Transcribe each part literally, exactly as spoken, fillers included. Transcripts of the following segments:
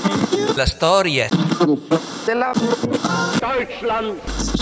La storia della Deutschland.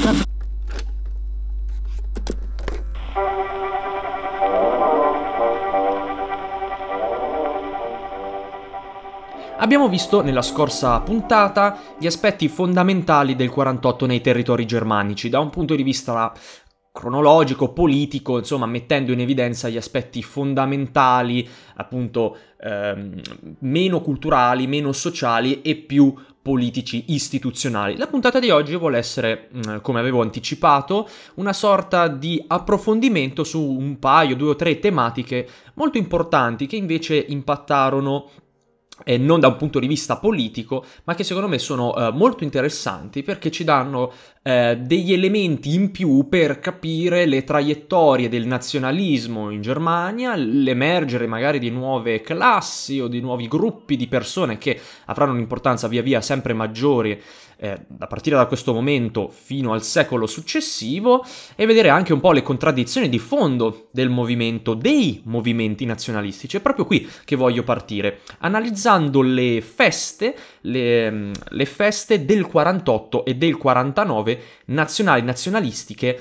Abbiamo visto nella scorsa puntata gli aspetti fondamentali del quarantotto nei territori germanici, da un punto di vista cronologico, politico, insomma, mettendo in evidenza gli aspetti fondamentali, appunto, ehm, meno culturali, meno sociali e più politici, istituzionali. La puntata di oggi vuole essere, come avevo anticipato, una sorta di approfondimento su un paio, due o tre tematiche molto importanti che invece impattarono Eh, non da un punto di vista politico, ma che secondo me sono eh, molto interessanti perché ci danno eh, degli elementi in più per capire le traiettorie del nazionalismo in Germania, l'emergere magari di nuove classi o di nuovi gruppi di persone che avranno un'importanza via via sempre maggiore eh, a partire da questo momento fino al secolo successivo, e vedere anche un po' le contraddizioni di fondo del movimento, dei movimenti nazionalistici. È proprio qui che voglio partire, analizzando le feste, le, le feste del quarantotto e del quarantanove nazionali nazionalistiche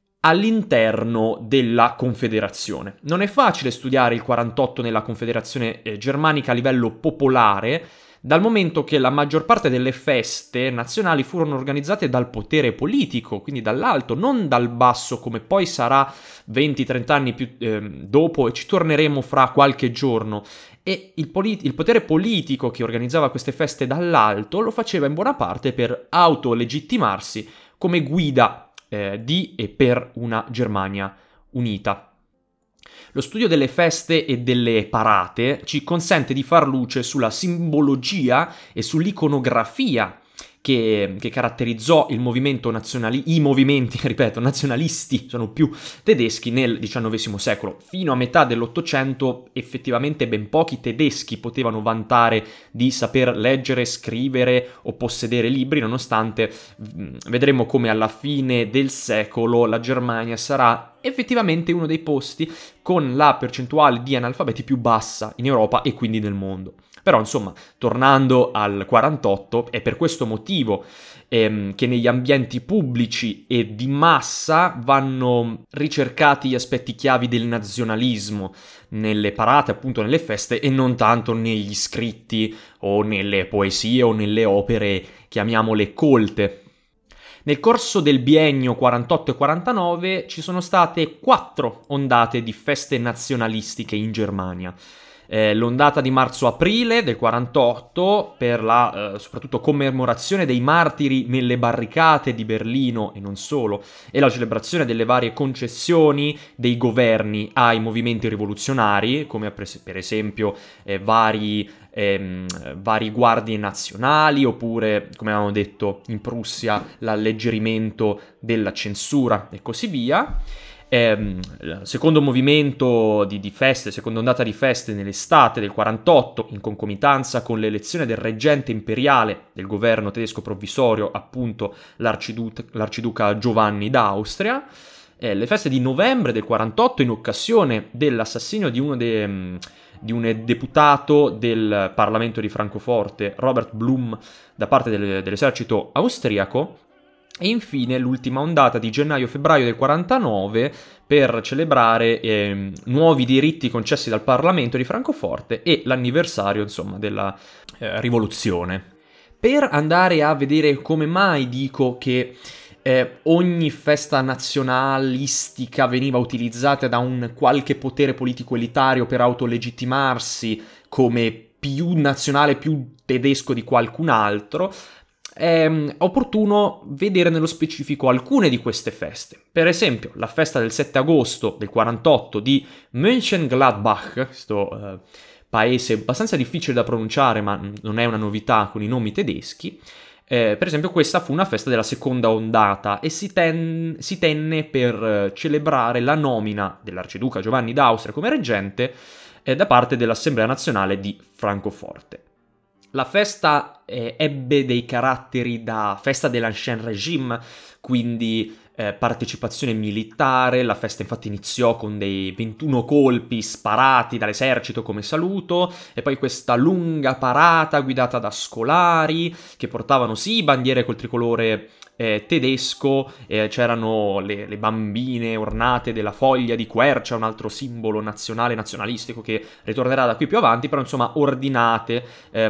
all'interno della Confederazione. Non è facile studiare il quarantotto nella Confederazione eh, germanica a livello popolare, dal momento che la maggior parte delle feste nazionali furono organizzate dal potere politico, quindi dall'alto, non dal basso, come poi sarà venti trenta anni più eh, dopo, e ci torneremo fra qualche giorno. E il, polit- il potere politico che organizzava queste feste dall'alto lo faceva in buona parte per autolegittimarsi come guida eh, di e per una Germania unita. Lo studio delle feste e delle parate ci consente di far luce sulla simbologia e sull'iconografia che, che caratterizzò il movimento nazionali, i movimenti, ripeto, nazionalisti, sono più tedeschi nel diciannovesimo secolo. Fino a metà dell'Ottocento effettivamente ben pochi tedeschi potevano vantare di saper leggere, scrivere o possedere libri, nonostante mh, vedremo come alla fine del secolo la Germania sarà effettivamente uno dei posti con la percentuale di analfabeti più bassa in Europa e quindi nel mondo. Però, insomma, tornando al quarantotto, è per questo motivo ehm, che negli ambienti pubblici e di massa vanno ricercati gli aspetti chiavi del nazionalismo, nelle parate, appunto nelle feste, e non tanto negli scritti o nelle poesie o nelle opere, chiamiamole colte. Nel corso del biennio quarantotto e quarantanove ci sono state quattro ondate di feste nazionalistiche in Germania. Eh, l'ondata di marzo-aprile del quarantotto per la eh, soprattutto commemorazione dei martiri nelle barricate di Berlino e non solo, e la celebrazione delle varie concessioni dei governi ai movimenti rivoluzionari, come per esempio eh, vari, ehm, vari guardie nazionali, oppure, come avevamo detto, in Prussia l'alleggerimento della censura e così via. Eh, secondo movimento di, di feste, seconda ondata di feste nell'estate del quarantotto, in concomitanza con l'elezione del reggente imperiale del governo tedesco provvisorio, appunto l'arciduca, l'arciduca Giovanni d'Austria. Eh, le feste di novembre del quarantotto, in occasione dell'assassinio di uno dei di un deputato del Parlamento di Francoforte, Robert Blum, da parte del, dell'esercito austriaco. E infine l'ultima ondata di gennaio-febbraio del quarantanove per celebrare eh, nuovi diritti concessi dal Parlamento di Francoforte e l'anniversario, insomma, della eh, rivoluzione. Per andare a vedere come mai dico che eh, ogni festa nazionalistica veniva utilizzata da un qualche potere politico elitario per autolegittimarsi come più nazionale, più tedesco di qualcun altro, è opportuno vedere nello specifico alcune di queste feste. Per esempio, la festa del sette agosto del quarantotto di Mönchengladbach, questo eh, paese abbastanza difficile da pronunciare, ma non è una novità con i nomi tedeschi. Eh, per esempio, questa fu una festa della seconda ondata e si, ten- si tenne per eh, celebrare la nomina dell'arciduca Giovanni d'Austria come reggente eh, da parte dell'Assemblea Nazionale di Francoforte. La festa eh, ebbe dei caratteri da festa dell'Ancien Régime, quindi eh, partecipazione militare. La festa infatti iniziò con dei ventuno colpi sparati dall'esercito come saluto, e poi questa lunga parata guidata da scolari che portavano sì bandiere col tricolore eh, tedesco, eh, c'erano le, le bambine ornate della foglia di quercia, un altro simbolo nazionale nazionalistico che ritornerà da qui più avanti, però insomma ordinate,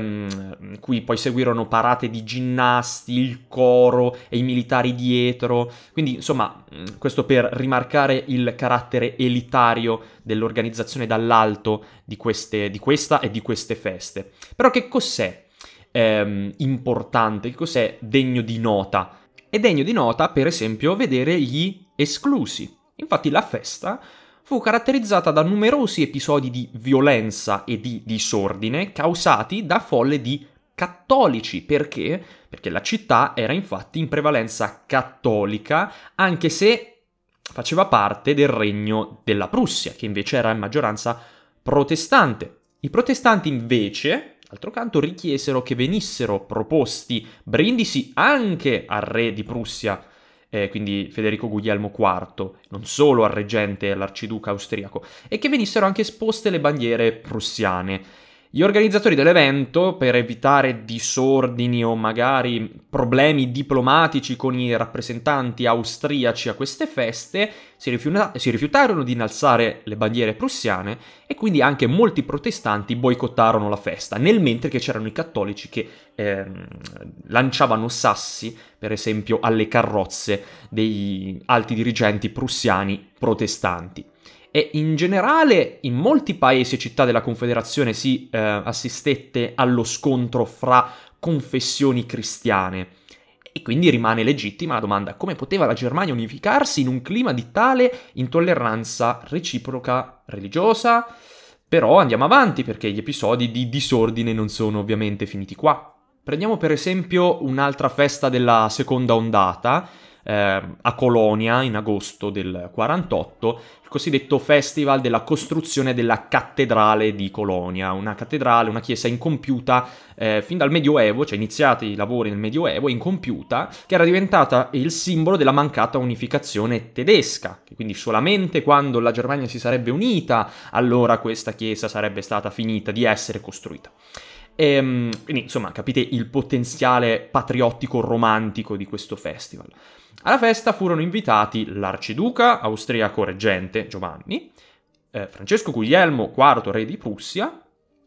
ehm, qui poi seguirono parate di ginnasti, il coro e i militari dietro, quindi insomma questo per rimarcare il carattere elitario dell'organizzazione dall'alto di, queste, di questa e di queste feste. Però che cos'è ehm, importante, che cos'è degno di nota? È degno di nota, per esempio, vedere gli esclusi. Infatti la festa fu caratterizzata da numerosi episodi di violenza e di disordine causati da folle di cattolici. Perché? Perché la città era infatti in prevalenza cattolica, anche se faceva parte del regno della Prussia, che invece era in maggioranza protestante. I protestanti invece, d'altro canto, richiesero che venissero proposti brindisi anche al re di Prussia, eh, quindi Federico Guglielmo quarto, non solo al reggente e all'arciduca austriaco, e che venissero anche esposte le bandiere prussiane. Gli organizzatori dell'evento, per evitare disordini o magari problemi diplomatici con i rappresentanti austriaci a queste feste, si, rifiuta- si rifiutarono di innalzare le bandiere prussiane, e quindi anche molti protestanti boicottarono la festa, nel mentre che c'erano i cattolici che ehm, lanciavano sassi, per esempio, alle carrozze dei alti dirigenti prussiani protestanti. E in generale in molti paesi e città della Confederazione si eh, assistette allo scontro fra confessioni cristiane. E quindi rimane legittima la domanda: come poteva la Germania unificarsi in un clima di tale intolleranza reciproca religiosa? Però andiamo avanti, perché gli episodi di disordine non sono ovviamente finiti qua. Prendiamo per esempio un'altra festa della seconda ondata, eh, a Colonia in agosto del quarantotto, il cosiddetto Festival della costruzione della cattedrale di Colonia, una cattedrale, una chiesa incompiuta eh, fin dal Medioevo, cioè iniziati i lavori nel Medioevo, incompiuta, che era diventata il simbolo della mancata unificazione tedesca, che quindi solamente quando la Germania si sarebbe unita, allora questa chiesa sarebbe stata finita di essere costruita. E, quindi insomma capite il potenziale patriottico romantico di questo festival. Alla festa furono invitati l'arciduca austriaco reggente Giovanni, eh, Francesco Guglielmo quarto re di Prussia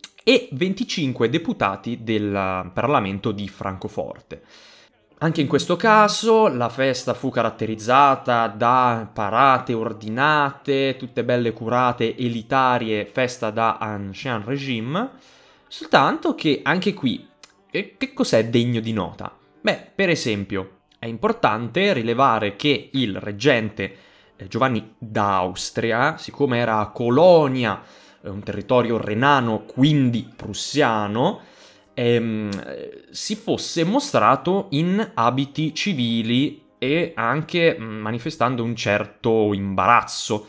e venticinque deputati del Parlamento di Francoforte. Anche in questo caso la festa fu caratterizzata da parate ordinate, tutte belle curate, elitarie, festa da Ancien Régime, soltanto che anche qui, che, che cos'è degno di nota? Beh, per esempio, è importante rilevare che il reggente eh, Giovanni d'Austria, siccome era a Colonia, eh, un territorio renano, quindi prussiano, ehm, si fosse mostrato in abiti civili e anche mh, manifestando un certo imbarazzo,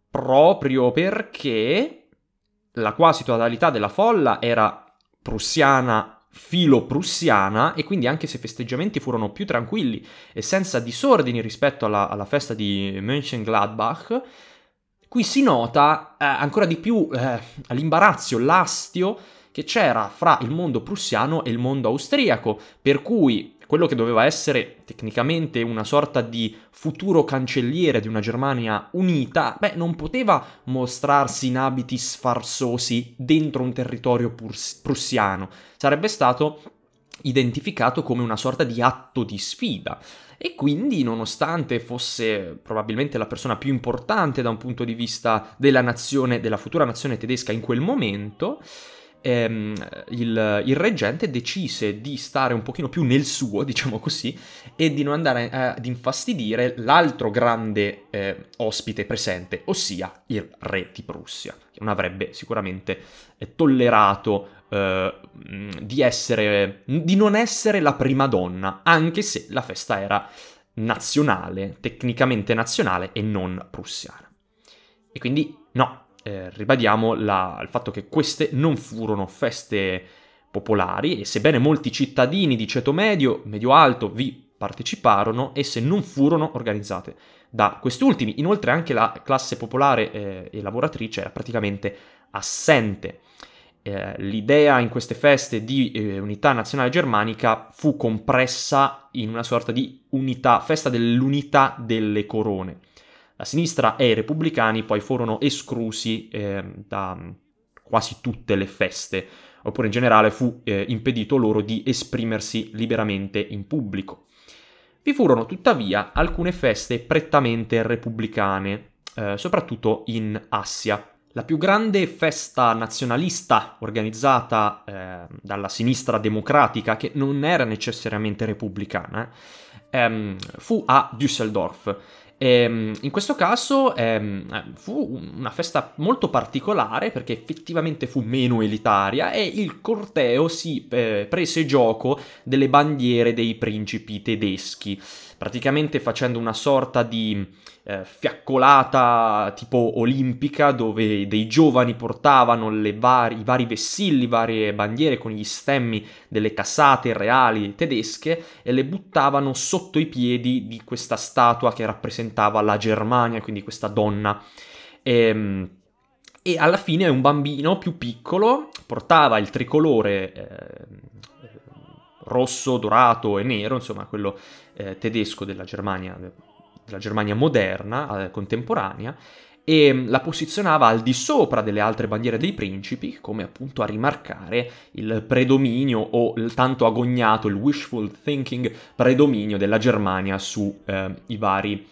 proprio perché la quasi totalità della folla era prussiana, filo-prussiana, e quindi anche se i festeggiamenti furono più tranquilli e senza disordini rispetto alla, alla festa di Mönchengladbach, qui si nota eh, ancora di più eh, l'imbarazzo, l'astio che c'era fra il mondo prussiano e il mondo austriaco, per cui quello che doveva essere tecnicamente una sorta di futuro cancelliere di una Germania unita, beh, non poteva mostrarsi in abiti sfarzosi dentro un territorio purs- prussiano. Sarebbe stato identificato come una sorta di atto di sfida. E quindi, nonostante fosse probabilmente la persona più importante da un punto di vista della nazione, della futura nazione tedesca in quel momento, ehm, il, il reggente decise di stare un pochino più nel suo, diciamo così, e di non andare eh, ad infastidire l'altro grande eh, ospite presente, ossia il re di Prussia, che non avrebbe sicuramente eh, tollerato eh, di essere, di non essere la prima donna, anche se la festa era nazionale, tecnicamente nazionale e non prussiana. E quindi no. Eh, ribadiamo la, il fatto che queste non furono feste popolari, e sebbene molti cittadini di ceto medio, medio-alto vi parteciparono, esse non furono organizzate da questi ultimi. Inoltre anche la classe popolare eh, e lavoratrice era praticamente assente. Eh, l'idea in queste feste di eh, unità nazionale germanica fu compressa in una sorta di unità, festa dell'unità delle corone. La sinistra e i repubblicani poi furono esclusi eh, da quasi tutte le feste, oppure in generale fu eh, impedito loro di esprimersi liberamente in pubblico. Vi furono tuttavia alcune feste prettamente repubblicane, eh, soprattutto in Assia. La più grande festa nazionalista organizzata eh, dalla sinistra democratica, che non era necessariamente repubblicana, ehm, fu a Düsseldorf. E, in questo caso ehm, fu una festa molto particolare perché effettivamente fu meno elitaria e il corteo si eh, prese gioco delle bandiere dei principi tedeschi, praticamente facendo una sorta di eh, fiaccolata tipo olimpica dove dei giovani portavano le vari, i vari vessilli, varie bandiere con gli stemmi delle casate reali tedesche e le buttavano sotto i piedi di questa statua che rappresentava la Germania, quindi questa donna. E, e alla fine un bambino più piccolo portava il tricolore eh, rosso, dorato e nero, insomma quello eh, tedesco della Germania, della Germania moderna, eh, contemporanea, e la posizionava al di sopra delle altre bandiere dei principi, come appunto a rimarcare il predominio o il tanto agognato, il wishful thinking predominio della Germania su eh, i vari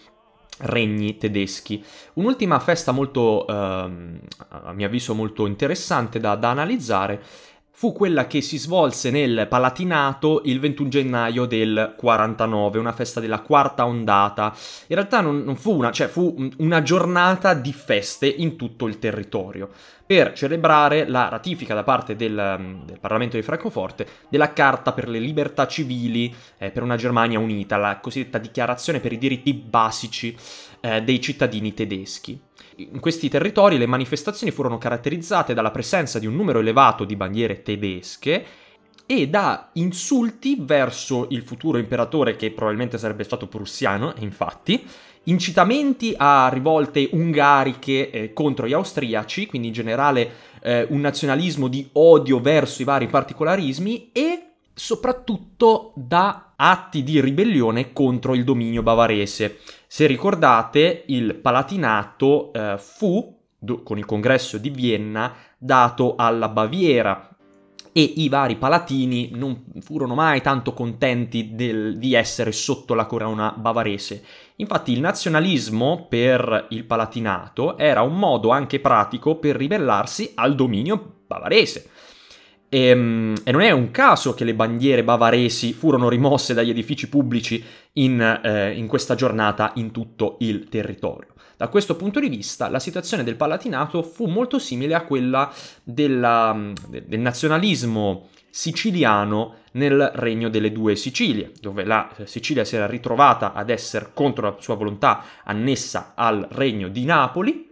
regni tedeschi. Un'ultima festa molto, ehm, a mio avviso molto interessante da, da analizzare fu quella che si svolse nel Palatinato il ventuno gennaio del quarantanove, una festa della quarta ondata. In realtà non, non fu una, cioè fu una giornata di feste in tutto il territorio per celebrare la ratifica da parte del, del Parlamento di Francoforte della Carta per le libertà civili eh, per una Germania unita, la cosiddetta Dichiarazione per i diritti basici eh, dei cittadini tedeschi. In questi territori le manifestazioni furono caratterizzate dalla presenza di un numero elevato di bandiere tedesche e da insulti verso il futuro imperatore, che probabilmente sarebbe stato prussiano, infatti, incitamenti a rivolte ungariche eh, contro gli austriaci, quindi in generale eh, un nazionalismo di odio verso i vari particolarismi e soprattutto da atti di ribellione contro il dominio bavarese. Se ricordate, il Palatinato eh, fu, do, con il congresso di Vienna, dato alla Baviera e i vari palatini non furono mai tanto contenti del, di essere sotto la corona bavarese. Infatti il nazionalismo per il Palatinato era un modo anche pratico per ribellarsi al dominio bavarese. E, e non è un caso che le bandiere bavaresi furono rimosse dagli edifici pubblici in, eh, in questa giornata in tutto il territorio. Da questo punto di vista la situazione del Palatinato fu molto simile a quella della, del nazionalismo siciliano nel Regno delle Due Sicilie, dove la Sicilia si era ritrovata ad essere contro la sua volontà annessa al Regno di Napoli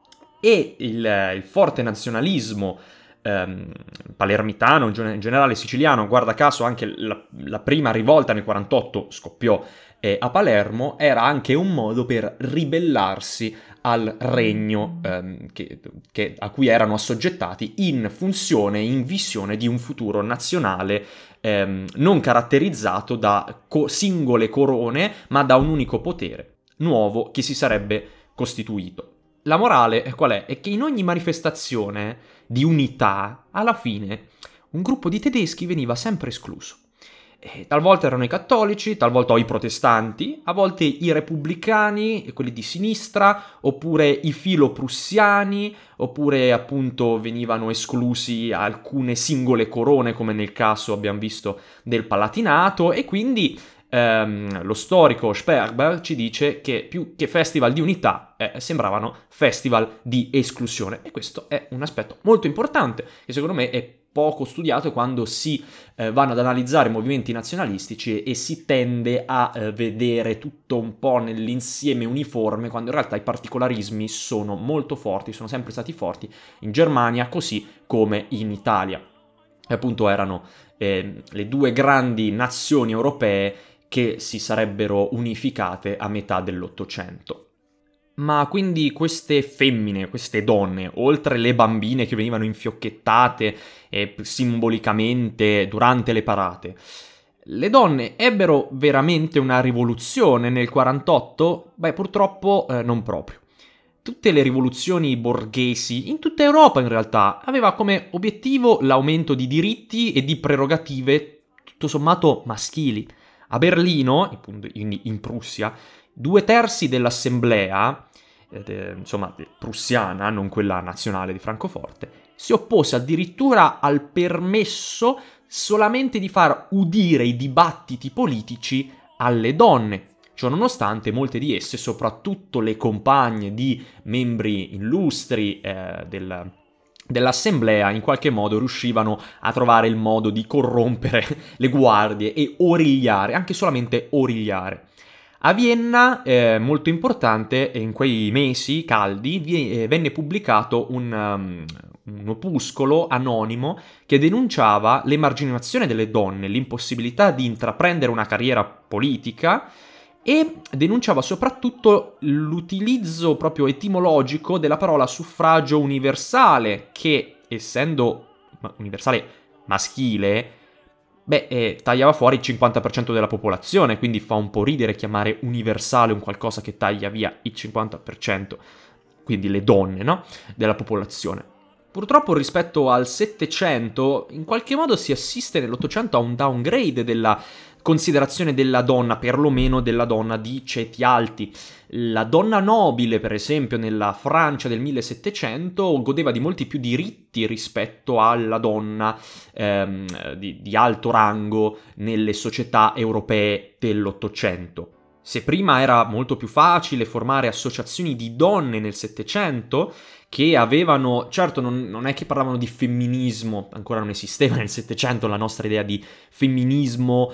e il, il forte nazionalismo ehm, palermitano, in generale siciliano, guarda caso anche la, la prima rivolta nel quarantotto scoppiò eh, a Palermo, era anche un modo per ribellarsi al regno ehm, che, che, a cui erano assoggettati in funzione, in visione di un futuro nazionale ehm, non caratterizzato da co- singole corone, ma da un unico potere nuovo che si sarebbe costituito. La morale qual è? È che in ogni manifestazione di unità, alla fine, un gruppo di tedeschi veniva sempre escluso. E talvolta erano i cattolici, talvolta i protestanti, a volte i repubblicani, quelli di sinistra, oppure i filoprussiani, oppure appunto venivano esclusi alcune singole corone, come nel caso abbiamo visto del Palatinato, e quindi ehm, lo storico Sperber ci dice che più che festival di unità eh, sembravano festival di esclusione, e questo è un aspetto molto importante che secondo me è poco studiato quando si eh, vanno ad analizzare movimenti nazionalistici e, e si tende a eh, vedere tutto un po' nell'insieme uniforme, quando in realtà i particolarismi sono molto forti, sono sempre stati forti in Germania così come in Italia. E appunto erano eh, le due grandi nazioni europee che si sarebbero unificate a metà dell'Ottocento. Ma quindi queste femmine, queste donne, oltre le bambine che venivano infiocchettate eh, simbolicamente durante le parate, le donne ebbero veramente una rivoluzione nel quarantotto? Beh, purtroppo eh, non proprio. Tutte le rivoluzioni borghesi, in tutta Europa in realtà, aveva come obiettivo l'aumento di diritti e di prerogative tutto sommato maschili. A Berlino, quindi in Prussia, due terzi dell'assemblea, eh, insomma prussiana, non quella nazionale di Francoforte, si oppose addirittura al permesso solamente di far udire i dibattiti politici alle donne. Ciò nonostante, molte di esse, soprattutto le compagne di membri illustri eh, del, dell'assemblea, in qualche modo riuscivano a trovare il modo di corrompere le guardie e origliare, anche solamente origliare. A Vienna, eh, molto importante, in quei mesi caldi, vi, eh, venne pubblicato un, um, un opuscolo anonimo che denunciava l'emarginazione delle donne, l'impossibilità di intraprendere una carriera politica, e denunciava soprattutto l'utilizzo proprio etimologico della parola suffragio universale, che, essendo universale maschile, beh, eh, tagliava fuori il cinquanta per cento della popolazione, quindi fa un po' ridere chiamare universale un qualcosa che taglia via il cinquanta per cento, quindi le donne, no? Della popolazione. Purtroppo rispetto al Settecento, in qualche modo si assiste nell'Ottocento a un downgrade della considerazione della donna, perlomeno della donna di ceti alti. La donna nobile, per esempio, nella Francia del millesettecento godeva di molti più diritti rispetto alla donna ehm, di, di alto rango nelle società europee dell'Ottocento. Se prima era molto più facile formare associazioni di donne nel Settecento, che avevano, certo non, non è che parlavano di femminismo, ancora non esisteva nel Settecento la nostra idea di femminismo,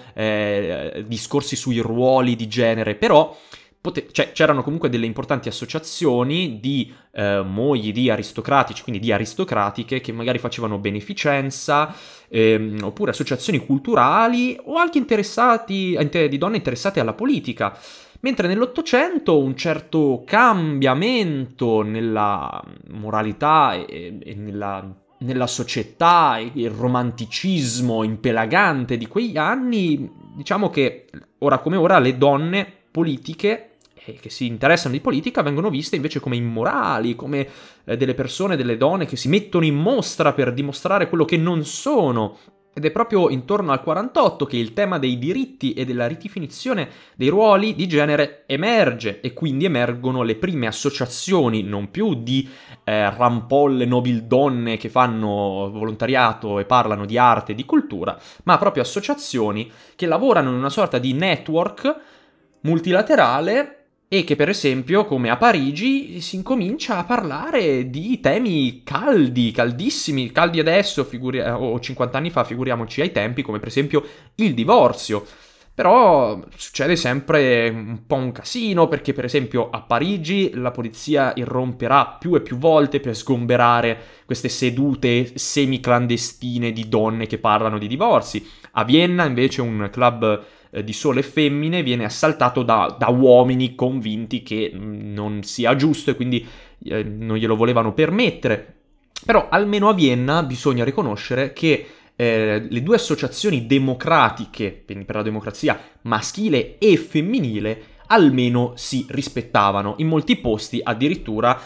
eh, discorsi sui ruoli di genere, però pote- cioè, c'erano comunque delle importanti associazioni di eh, mogli di aristocratici, quindi di aristocratiche, che magari facevano beneficenza, ehm, oppure associazioni culturali o anche interessati, di donne interessate alla politica. Mentre nell'Ottocento un certo cambiamento nella moralità e, e nella, nella società, e il romanticismo impelagante di quegli anni, diciamo che ora come ora le donne politiche eh, che si interessano di politica vengono viste invece come immorali, come eh, delle persone, delle donne che si mettono in mostra per dimostrare quello che non sono. Ed è proprio intorno al quarantotto che il tema dei diritti e della ridefinizione dei ruoli di genere emerge, e quindi emergono le prime associazioni, non più di eh, rampolle nobildonne che fanno volontariato e parlano di arte e di cultura, ma proprio associazioni che lavorano in una sorta di network multilaterale, e che per esempio, come a Parigi, si incomincia a parlare di temi caldi, caldissimi, caldi adesso figuri- o cinquanta anni fa, figuriamoci ai tempi, come per esempio il divorzio. Però succede sempre un po' un casino, perché per esempio a Parigi la polizia irromperà più e più volte per sgomberare queste sedute semi-clandestine di donne che parlano di divorzi. A Vienna invece un club di sole femmine viene assaltato da, da uomini convinti che non sia giusto e quindi eh, non glielo volevano permettere. Però almeno a Vienna bisogna riconoscere che eh, le due associazioni democratiche, quindi per la democrazia maschile e femminile, almeno si rispettavano. In molti posti addirittura,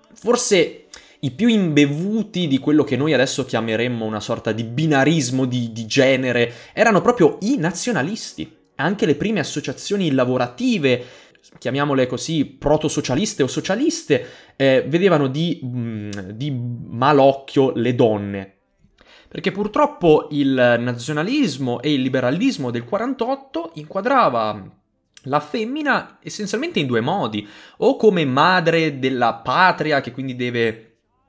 forse i più imbevuti di quello che noi adesso chiameremmo una sorta di binarismo di, di genere, erano proprio i nazionalisti. Anche le prime associazioni lavorative, chiamiamole così, proto-socialiste o socialiste, eh, vedevano di, mh, di malocchio le donne. Perché purtroppo il nazionalismo e il liberalismo del quarantotto inquadrava la femmina essenzialmente in due modi: o come madre della patria, che quindi deve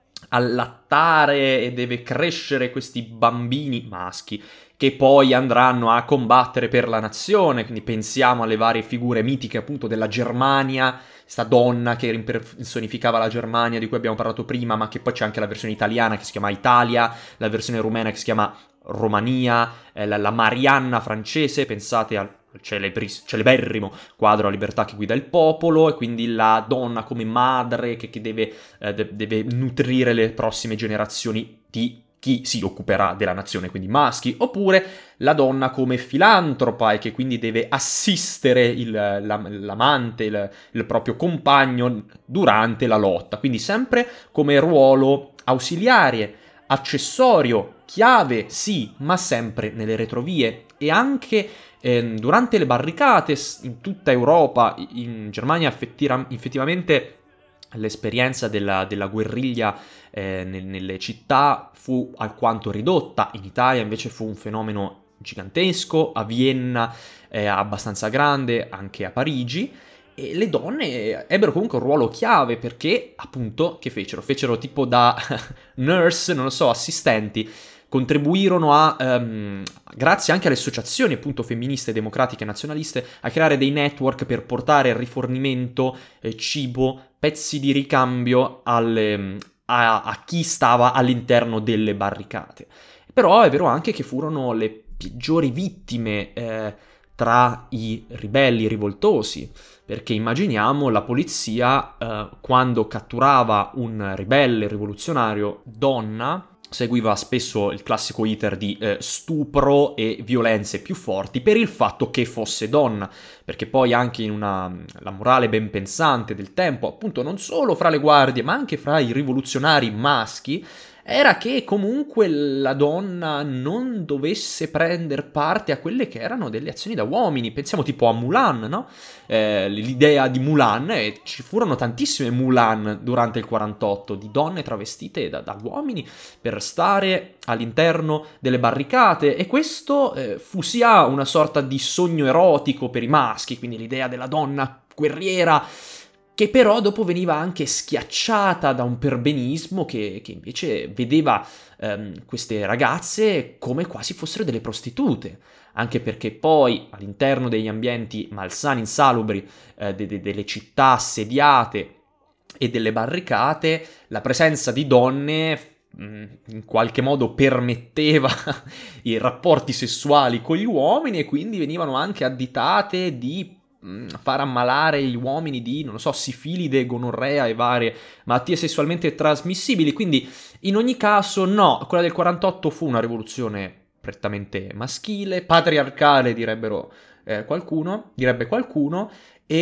allattare e deve crescere questi bambini maschi che poi andranno a combattere per la nazione, quindi pensiamo alle varie figure mitiche appunto della Germania, questa donna che impersonificava la Germania di cui abbiamo parlato prima, ma che poi c'è anche la versione italiana che si chiama Italia, la versione rumena che si chiama Romania, eh, la, la Marianna francese, pensate al, il celebris- celeberrimo quadro La libertà che guida il popolo, e quindi la donna come madre che, che deve, eh, de- deve nutrire le prossime generazioni di chi si occuperà della nazione, quindi maschi, oppure la donna come filantropa e che quindi deve assistere il, la- l'amante, il, il proprio compagno durante la lotta, quindi sempre come ruolo ausiliare, accessorio, chiave, sì, ma sempre nelle retrovie. E anche eh, durante le barricate in tutta Europa, in Germania effettira- effettivamente l'esperienza della, della guerriglia eh, nel- nelle città fu alquanto ridotta. In Italia invece fu un fenomeno gigantesco, a Vienna è abbastanza grande, anche a Parigi. E le donne ebbero comunque un ruolo chiave perché, appunto, che fecero? Fecero tipo da nurse, non lo so, assistenti, contribuirono a, ehm, grazie anche alle associazioni appunto femministe, democratiche e nazionaliste, a creare dei network per portare rifornimento, eh, cibo, pezzi di ricambio alle, a, a chi stava all'interno delle barricate. Però è vero anche che furono le peggiori vittime eh, tra i ribelli rivoltosi, perché immaginiamo la polizia eh, quando catturava un ribelle rivoluzionario donna seguiva spesso il classico iter di eh, stupro e violenze più forti per il fatto che fosse donna, perché poi anche in una la morale ben pensante del tempo, appunto non solo fra le guardie ma anche fra i rivoluzionari maschi, era che comunque la donna non dovesse prendere parte a quelle che erano delle azioni da uomini. Pensiamo tipo a Mulan, no? Eh, l'idea di Mulan, e ci furono tantissime Mulan durante il quarantotto, di donne travestite da, da uomini per stare all'interno delle barricate, e questo eh, fu sia una sorta di sogno erotico per i maschi, quindi l'idea della donna guerriera, che però dopo veniva anche schiacciata da un perbenismo che, che invece vedeva ehm, queste ragazze come quasi fossero delle prostitute, anche perché poi all'interno degli ambienti malsani, insalubri, eh, de- de- delle città assediate e delle barricate, la presenza di donne mh, in qualche modo permetteva i rapporti sessuali con gli uomini, e quindi venivano anche additate di far ammalare gli uomini di, non lo so, sifilide, gonorrea e varie malattie sessualmente trasmissibili. Quindi in ogni caso no, quella del quarantotto fu una rivoluzione prettamente maschile, patriarcale direbbero eh, qualcuno, direbbe qualcuno,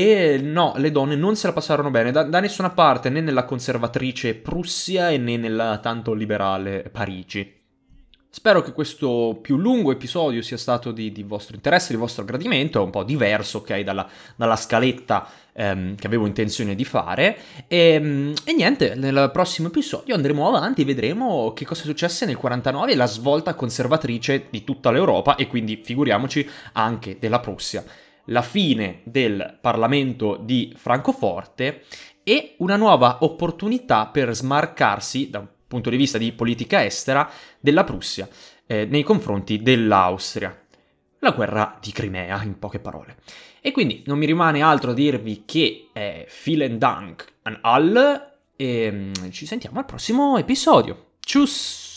e no, le donne non se la passarono bene da, da nessuna parte, né nella conservatrice Prussia e né nella tanto liberale Parigi. Spero che questo più lungo episodio sia stato di, di vostro interesse, di vostro gradimento. È un po' diverso, ok, dalla, dalla scaletta ehm, che avevo intenzione di fare. E, e niente, nel prossimo episodio andremo avanti e vedremo che cosa è successo nel quarantanove e la svolta conservatrice di tutta l'Europa, e quindi figuriamoci anche della Prussia. La fine del Parlamento di Francoforte e una nuova opportunità per smarcarsi da un punto di vista di politica estera della Prussia eh, nei confronti dell'Austria. La guerra di Crimea, in poche parole. E quindi non mi rimane altro a dirvi che eh, vielen Dank an alle, e mm, ci sentiamo al prossimo episodio. Tschüss!